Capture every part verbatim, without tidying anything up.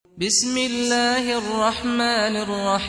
بسم الله الرحمن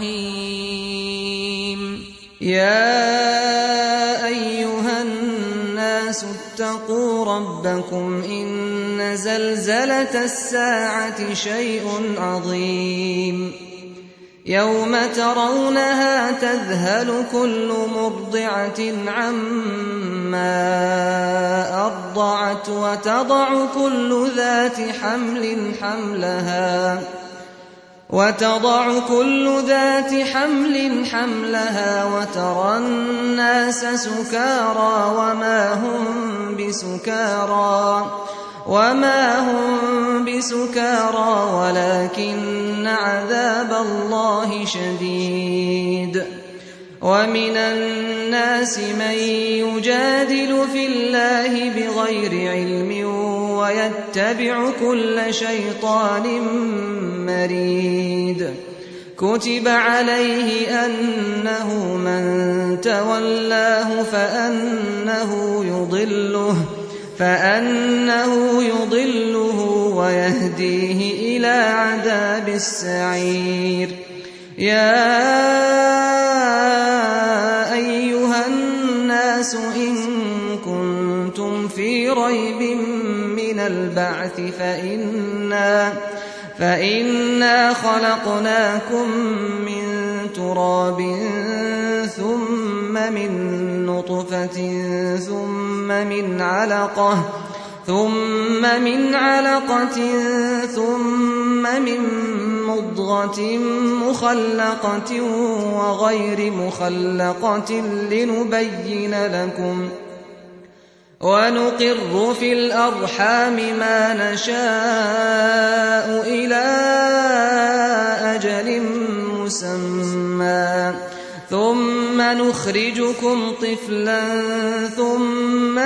الرحيم يا أيها الناس اتقوا ربكم إن زلزلة الساعة شيء عظيم يوم ترونها تذهل كل مرضعة عما أرضعت وتضع كل ذات حمل حملها وتضع كل ذات حمل حملها وترى الناس سكارى وما هم بسكارى وما هم بسكارى ولكن عذاب الله شديد ومن الناس من يجادل في الله بغير علم ويتبع كل شيطان مريد كتب عليه أنه من تولاه فأنه يضله فأنه يضله ويهديه إلى عذاب السعير يا أيها الناس إن كنتم في ريب من البعث فإنا, فإنا خلقناكم من تراب ثم من نطفة ثم من علقة ثم من علقة ثم من مضغة مخلقة وغير مخلقة لنبين لكم ونقر في الأرحام ما نشاء إلى أجل مسمى ثم نخرجكم طفلا ثم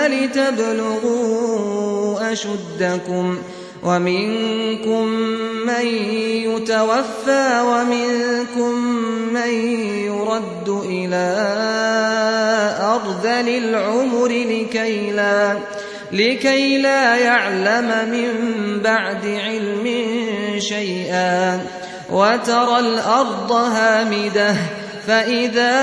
لتبلغوا أشدكم ومنكم من يتوفى ومنكم من يرد إلى أرذل العمر لكي لا, لكي لا يعلم من بعد علم شيئا وترى الأرض هامدة فإذا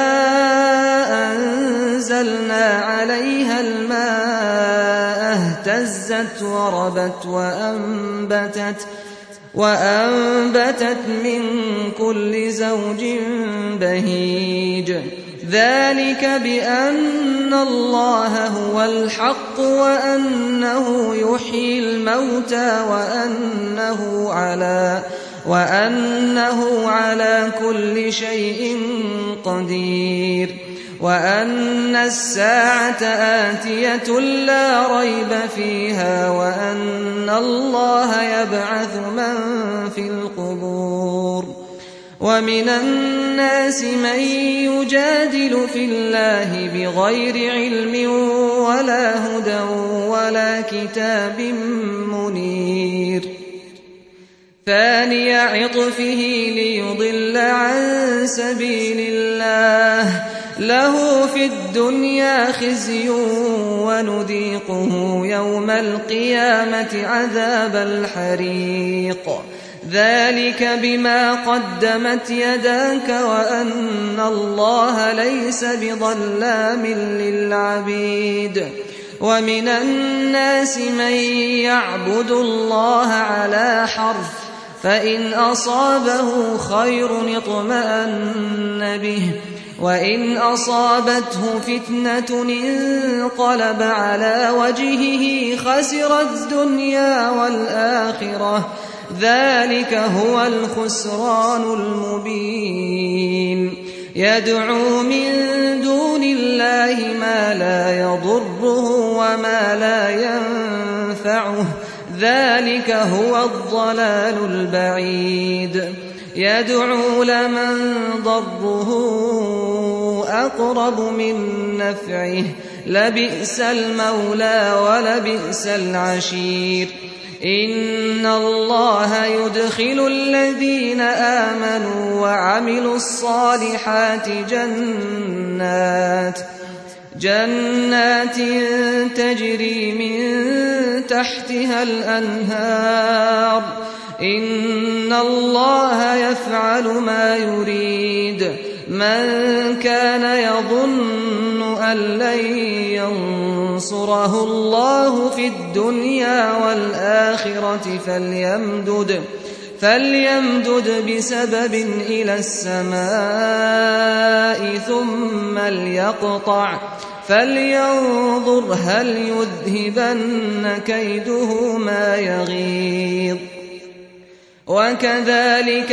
أنزلنا عليها الماء اهتزت وربت وأنبتت, وأنبتت من كل زوج بهيج ذلك بأن الله هو الحق وأنه يحيي الموتى وأنه على وأنه على كل شيء قدير وأن الساعة آتية لا ريب فيها وأن الله يبعث من في القبور ومن الناس من يجادل في الله بغير علم ولا هدى ولا كتاب منير ثاني عطفه ليضل عن سبيل الله له في الدنيا خزي ونذيقه يوم القيامة عذاب الحريق ذلك بما قدمت يداك وأن الله ليس بظلام للعبيد ومن الناس من يعبد الله على حرف فإن أصابه خير اطمأن به وإن أصابته فتنة انقلب على وجهه خسر الدنيا والآخرة ذلك هو الخسران المبين يدعو من دون الله ما لا يضره وما لا ينفعه ذلك هو الضلال البعيد يدعو لمن ضره أقرب من نفعه لبئس المولى ولبئس العشير إن الله يدخل الذين آمنوا وعملوا الصالحات جنات جنات تجري من تحتها الأنهار إن الله يفعل ما يريد من كان يظن أن لن ينصره الله في الدنيا والآخرة فليمدد فليمدد بسبب إلى السماء ثم ليقطع فلينظر هل يذهبن كيده ما يغيظ وكذلك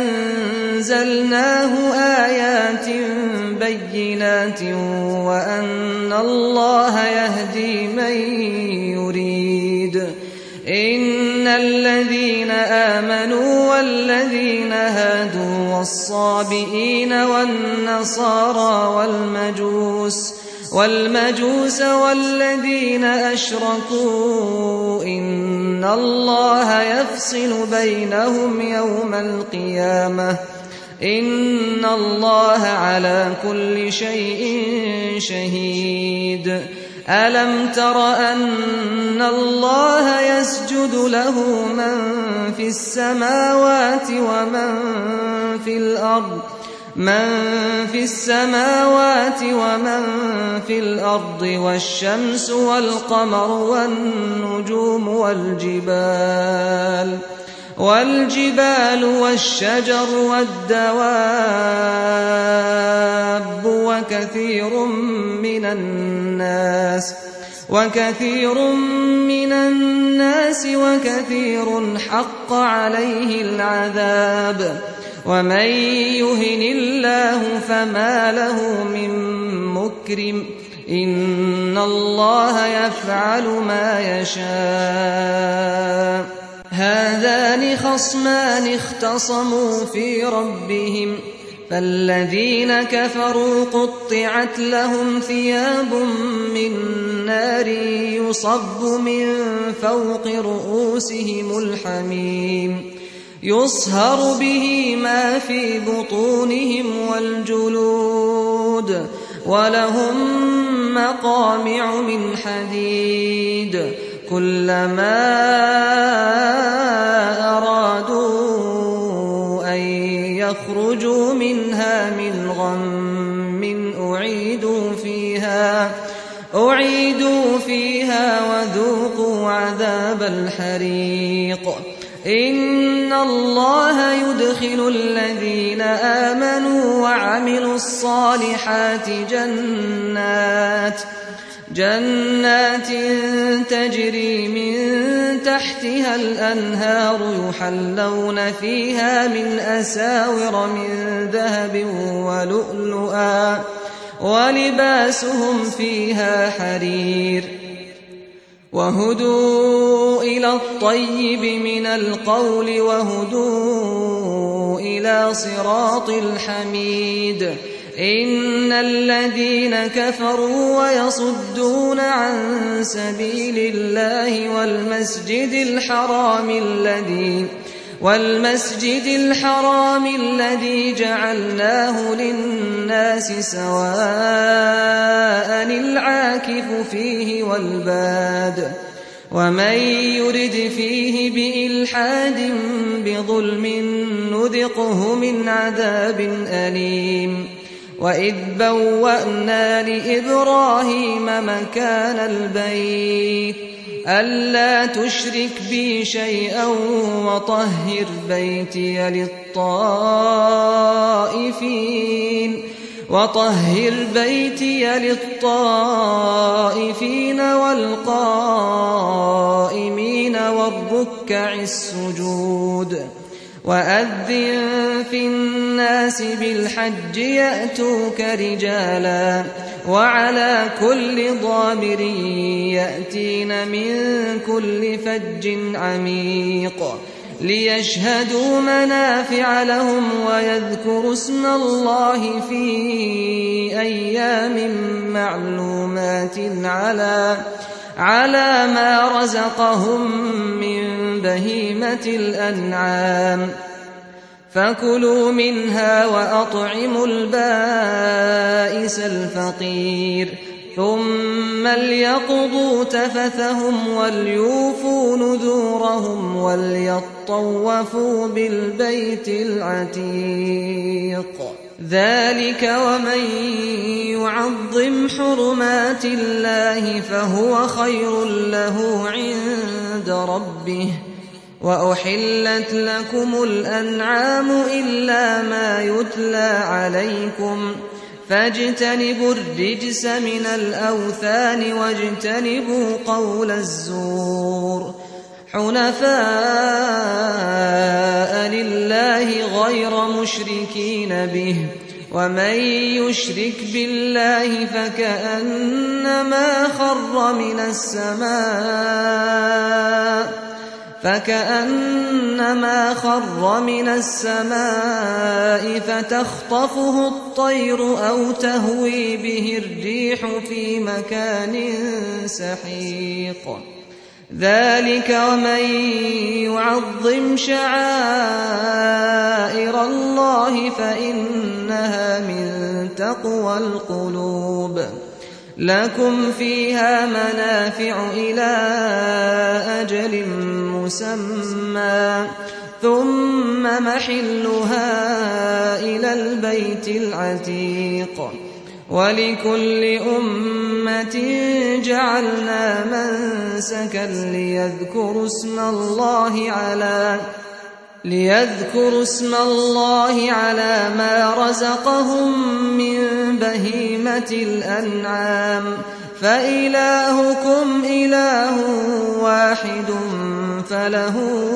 أنزلناه آيات بينات وأن الله يهدي من يريد إن الذين آمنوا والذين هادوا والصابئين والنصارى والمجوس والمجوس والذين أشركوا إن الله يفصل بينهم يوم القيامة إن الله على كل شيء شهيد ألم تر أن الله يسجد له من في السماوات ومن في الأرض من في السماوات ومن في الأرض والشمس والقمر والنجوم والجبال والجبال والشجر والدواب وكثير من الناس وكثير من الناس وكثير حق عليه العذاب ومن يهن الله فما له من مكرم إن الله يفعل ما يشاء هذان خصمان اختصموا في ربهم فالذين كفروا قطعت لهم ثياب من نار يصب من فوق رؤوسهم الحميم يصهر به ما في بطونهم والجلود ولهم مقامع من حديد كلما أرادوا أن يخرجوا منها من غم أعيدوا فيها أعيدوا فيها وذوقوا عذاب الحريق إن الله يدخل الذين آمنوا وعملوا الصالحات جنات جنات تجري من تحتها الأنهار يحلون فيها من أساور من ذهب ولؤلؤا ولباسهم فيها حرير وهدوا إلى الطيب من القول وهدوا إلى صراط الحميد إن الذين كفروا ويصدون عن سبيل الله والمسجد الحرام الذي والمسجد الحرام الذي جعلناه للناس سواء العاكف فيه والباد ومن يرد فيه بإلحاد بظلم نذقه من عذاب أليم وإذ بوأنا لإبراهيم مكان البيت ألا تشرك بي شيئا وطهر بيتي للطائفين وطهر بيتي للطائفين والقائمين والركع السجود وأذن في الناس بالحج يأتوك رجالا وعلى كل ضامر يأتين من كل فج عميق ليشهدوا منافع لهم ويذكروا اسم الله في أيام معلومات على على ما رزقهم من بهيمة الأنعام فكلوا منها وأطعموا البائس الفقير ثم ليقضوا تفثهم وليوفوا نذورهم وليطوفوا بالبيت العتيق. ذلك ومن يعظم حرمات الله فهو خير له عند ربه. وأحلت لكم الأنعام إلا ما يتلى عليكم فاجتنبوا الرجس من الأوثان واجتنبوا قول الزور حنفاء لله غير مشركين به ومن يشرك بالله فكأنما خر من السماء فكأنما خر من السماء فتخطفه الطير أو تهوي به الريح في مكان سحيق. ذلك ومن يعظم شعائر الله فإنها من تقوى القلوب. لكم فيها منافع إلى أجل مسمى ثم محلها إلى البيت العتيق. ولكل أمة جعلنا منسكا ليذكروا اسم الله على ليذكروا اسم الله على ما رزقهم من بهيمة الأنعام فإلهكم إله واحد فله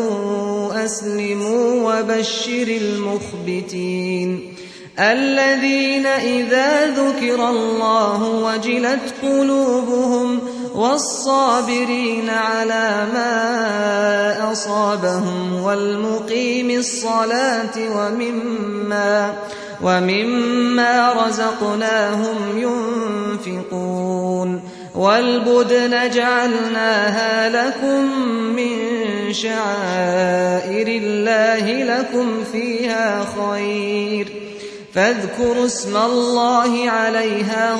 أسلموا وبشر المخبتين الذين إذا ذكر الله وجلت قلوبهم والصابرين على ما أصابهم والمقيم الصلاة ومما ومما رزقناهم ينفقون. والبدن جعلناها لكم من شعائر الله لكم فيها خير فاذكروا اسم الله عليها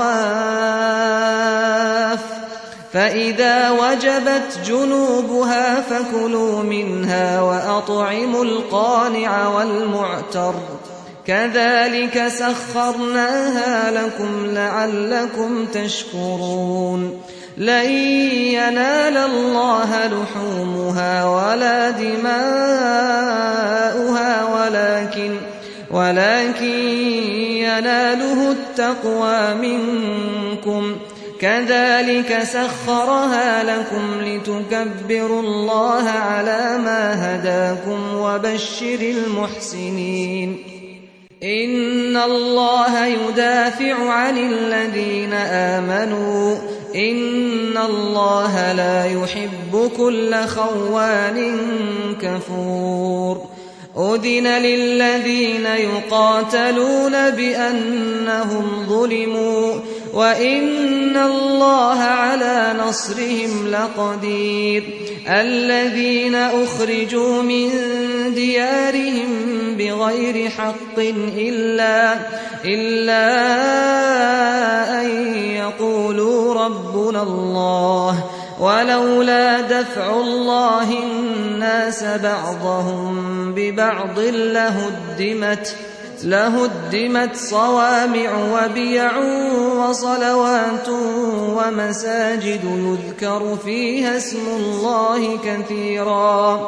صواف فإذا وجبت جنوبها فكلوا منها وأطعموا القانع والمعتر كذلك سخرناها لكم لعلكم تشكرون. لن ينال الله لحومها ولا دماؤها ولكن ولكن يناله التقوى منكم كذلك سخرها لكم لتكبروا الله على ما هداكم وبشر المحسنين. إن الله يدافع عن الذين آمنوا إن الله لا يحب كل خوان كفور. أذن للذين يقاتلون بأنهم ظلموا وإن الله على نصرهم لقدير. الذين أخرجوا من ديارهم بغير حق إلا, إلا أن يقولوا ربنا الله ولولا دفع الله الناس بعضهم ببعض لهدمت لهدمت صوامع وبيع وصلوات ومساجد يذكر فيها اسم الله كثيرا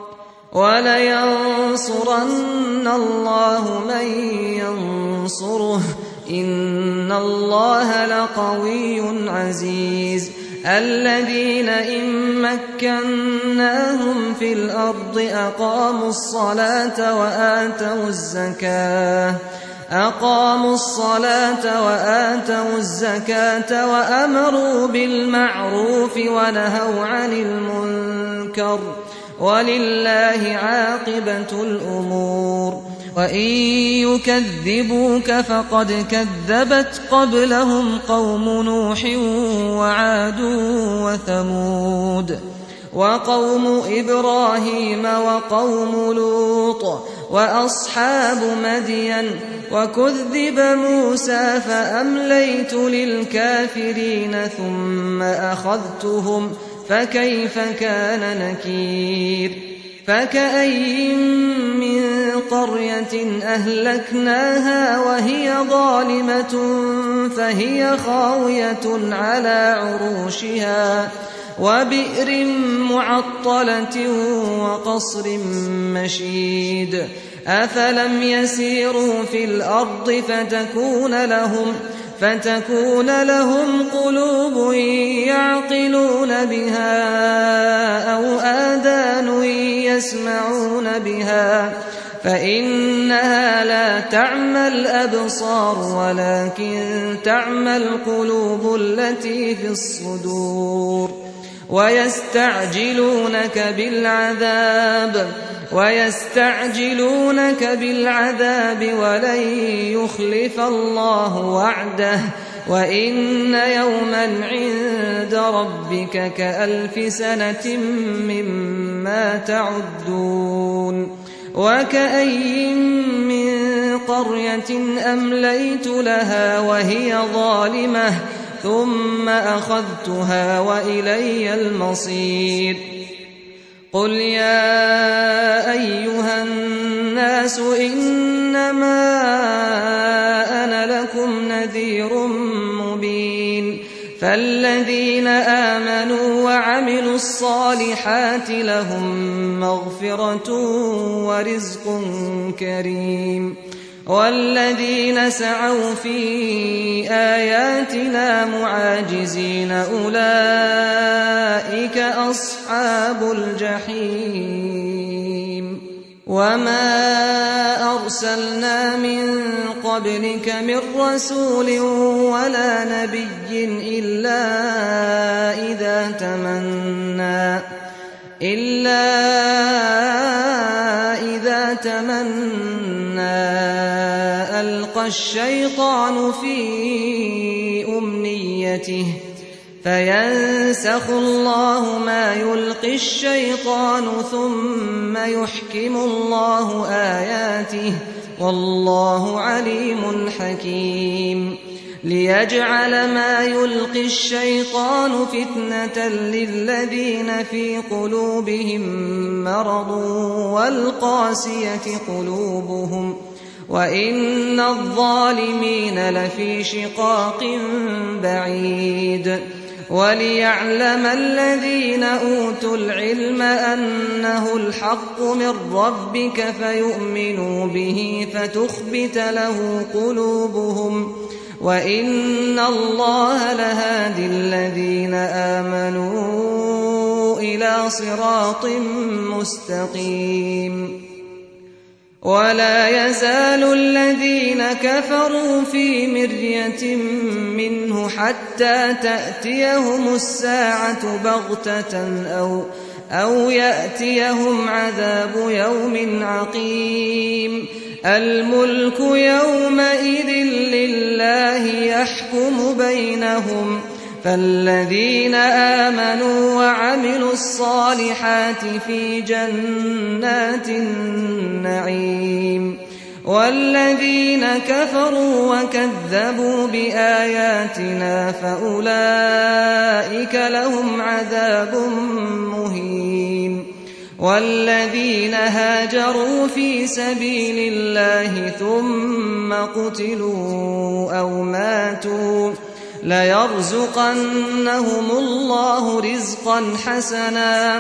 ولينصرن الله من ينصره إن الله لقوي عزيز. الذين إن مكناهم في الأرض أقاموا الصلاة وآتوا الزكاة أقاموا الصلاة وآتوا الزكاة وأمروا بالمعروف ونهوا عن المنكر ولله عاقبة الأمور. وإن يكذبوك فقد كذبت قبلهم قوم نوح وعاد وثمود وقوم إبراهيم وقوم لوط وأصحاب مدين وكذب موسى فأمليت للكافرين ثم أخذتهم فكيف كان نكير فكأي من قرية أهلكناها وهي ظالمة فهي خاوية على عروشها وبئر معطلة وقصر مشيد أفلم يسيروا في الأرض فتكون لهم فتكون لهم قلوب يعقلون بها أو آذان يسمعون بها فإنها لا تعمى الأبصار ولكن تعمى القلوب التي في الصدور ويستعجلونك بالعذاب ويستعجلونك بالعذاب ولن يخلف الله وعده وإن يوما عند ربك كألف سنة مما تعدون وكأي من قرية أمليت لها وهي ظالمة ثم أخذتها وإلي المصير قل يا أيها الناس إنما أنا لكم نذير مبين فالذين آمنوا وعملوا الصالحات لهم مغفرة ورزق كريم والذين سعوا في آياتنا معاجزين أولئك أصحاب الجحيم وما أرسلنا من قبلك من رسول ولا نبي إلا إذا تمنى إلا إذا تمنى ألقى الشيطان في أمنيته فينسخ الله ما يلقي الشيطان ثم يحكم الله آياته والله عليم حكيم ليجعل ما يلقي الشيطان فتنة للذين في قلوبهم مرض والقاسية قلوبهم وإن الظالمين لفي شقاق بعيد وليعلم الذين أوتوا العلم أنه الحق من ربك فيؤمنوا به فتخبت له قلوبهم وإن الله لهادي الذين آمنوا إلى صراط مستقيم ولا يزال الذين كفروا في مرية منه حتى تأتيهم الساعة بغتة أو أو يأتيهم عذاب يوم عقيم الملك يومئذ لله يحكم بينهم فالذين آمنوا وعملوا الصالحات في جنات النعيم والذين كفروا وكذبوا بآياتنا فأولئك لهم عذاب مهين والذين هاجروا في سبيل الله ثم قتلوا أو ماتوا ليرزقنهم الله رزقا حسنا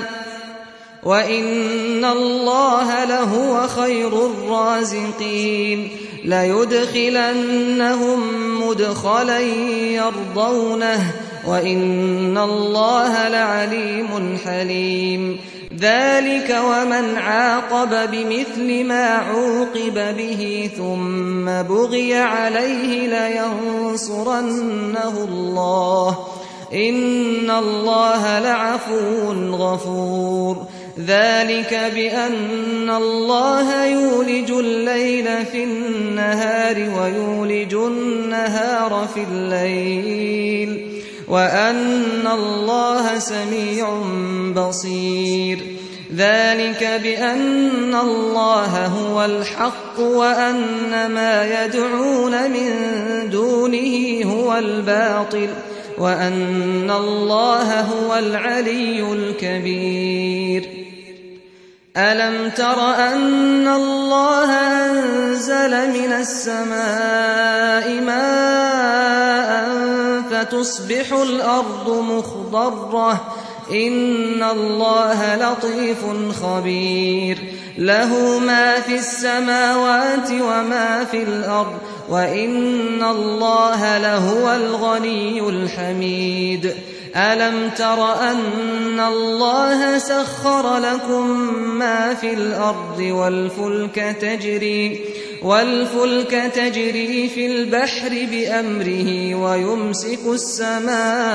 وإن الله لهو خير الرازقين ليدخلنهم مدخلا يرضونه وإن الله لعليم حليم ذلك ومن عاقب بمثل ما عوقب به ثم بغي عليه لينصرنه الله إن الله لعفو غفور ذلك بأن الله يولج الليل في النهار ويولج النهار في الليل وأن الله سميع بصير ذلك بأن الله هو الحق وأن ما يدعون من دونه هو الباطل وأن الله هو العلي الكبير ألم تر أن الله أنزل من السماء ماء فتصبح الأرض مخضرة إن الله لطيف خبير له ما في السماوات وما في الأرض وإن الله لهو الغني الحميد ألم تر أن الله سخر لكم ما في الأرض والفلك تجري والفلك تجري في البحر بأمره ويمسك السماء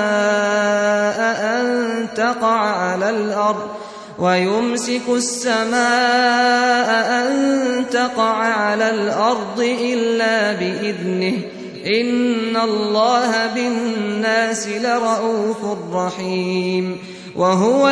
أن تقع على الأرض ويمسك السماء أن تقع على الأرض إلا بإذنه إن الله بالناس لرءوف رحيم وهو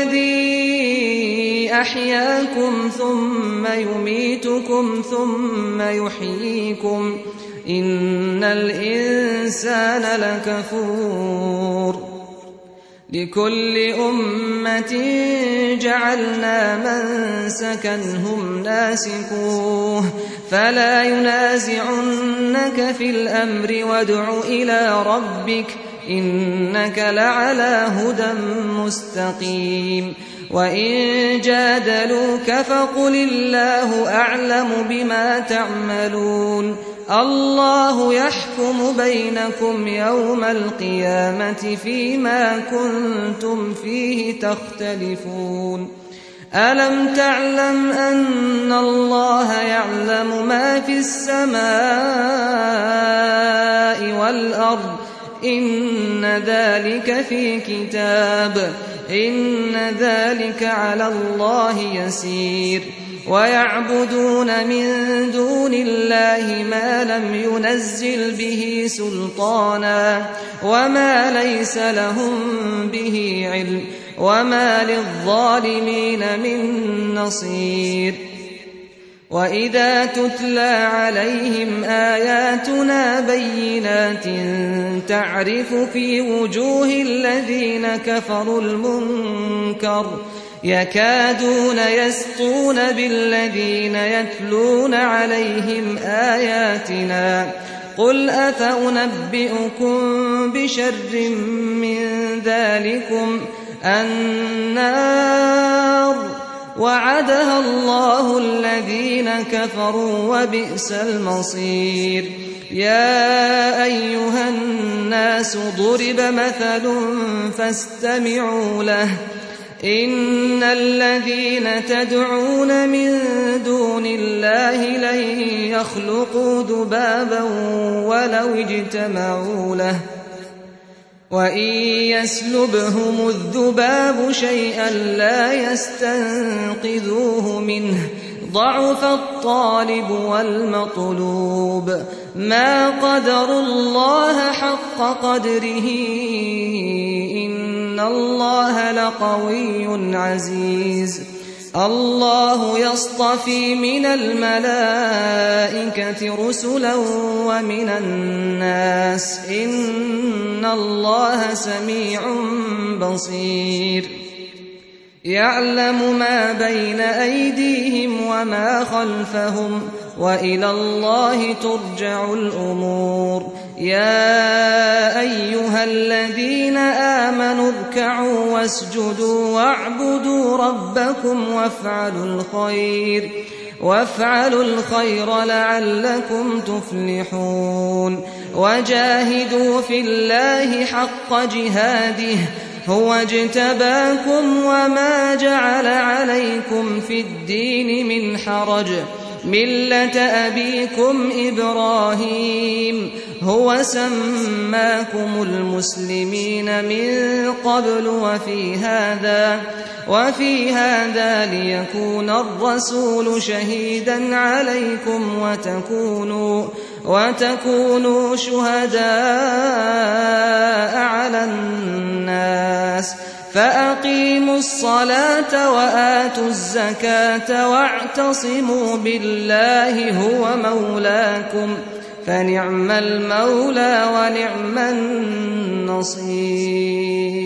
الذي أحياكم ثم يميتكم ثم يحييكم إن الإنسان لكفور لكل أمة جعلنا منسكا هم ناسكوه فلا ينازعنك في الأمر وادع إلى ربك إنك لعلى هدى مستقيم وإن جادلوك فقل الله أعلم بما تعملون الله يحكم بينكم يوم القيامة فيما كنتم فيه تختلفون ألم تعلم أن الله يعلم ما في السماء والأرض إن ذلك في كتاب إن ذلك على الله يسير ويعبدون من دون الله ما لم ينزل به سلطانا وما ليس لهم به علم وما للظالمين من نصير وإذا تتلى عليهم آياتنا بينات تعرف في وجوه الذين كفروا المنكر يكادون يسطون بالذين يتلون عليهم آياتنا قل أفأنبئكم بشر من ذلكم النار وعدها الله الذين كفروا وبئس المصير يا أيها الناس ضرب مثل فاستمعوا له إن الذين تدعون من دون الله لن يخلقوا ذبابا ولو اجتمعوا له وإن يسلبهم الذباب شيئا لا يستنقذوه منه ضعف الطالب والمطلوب ما قدروا الله حق قدره إن الله لقوي عزيز الله يصطفي من الملائكة رسلا ومن الناس إن الله سميع بصير يعلم ما بين أيديهم وما خلفهم وإلى الله ترجع الأمور يا أيها الذين آمنوا اركعوا واسجدوا واعبدوا ربكم وافعلوا الخير وافعلوا الخير لعلكم تفلحون وجاهدوا في الله حق جهاده هو اجتباكم وما جعل عليكم في الدين من حرج ملة أبيكم إبراهيم هو سماكم المسلمين من قبل وفي هذا وفي هذا ليكون الرسول شهيدا عليكم وتكونوا وتكونوا شهداء على الناس فأقيموا الصلاة وآتوا الزكاة واعتصموا بالله هو مولاكم فنعم المولى ونعم النصير.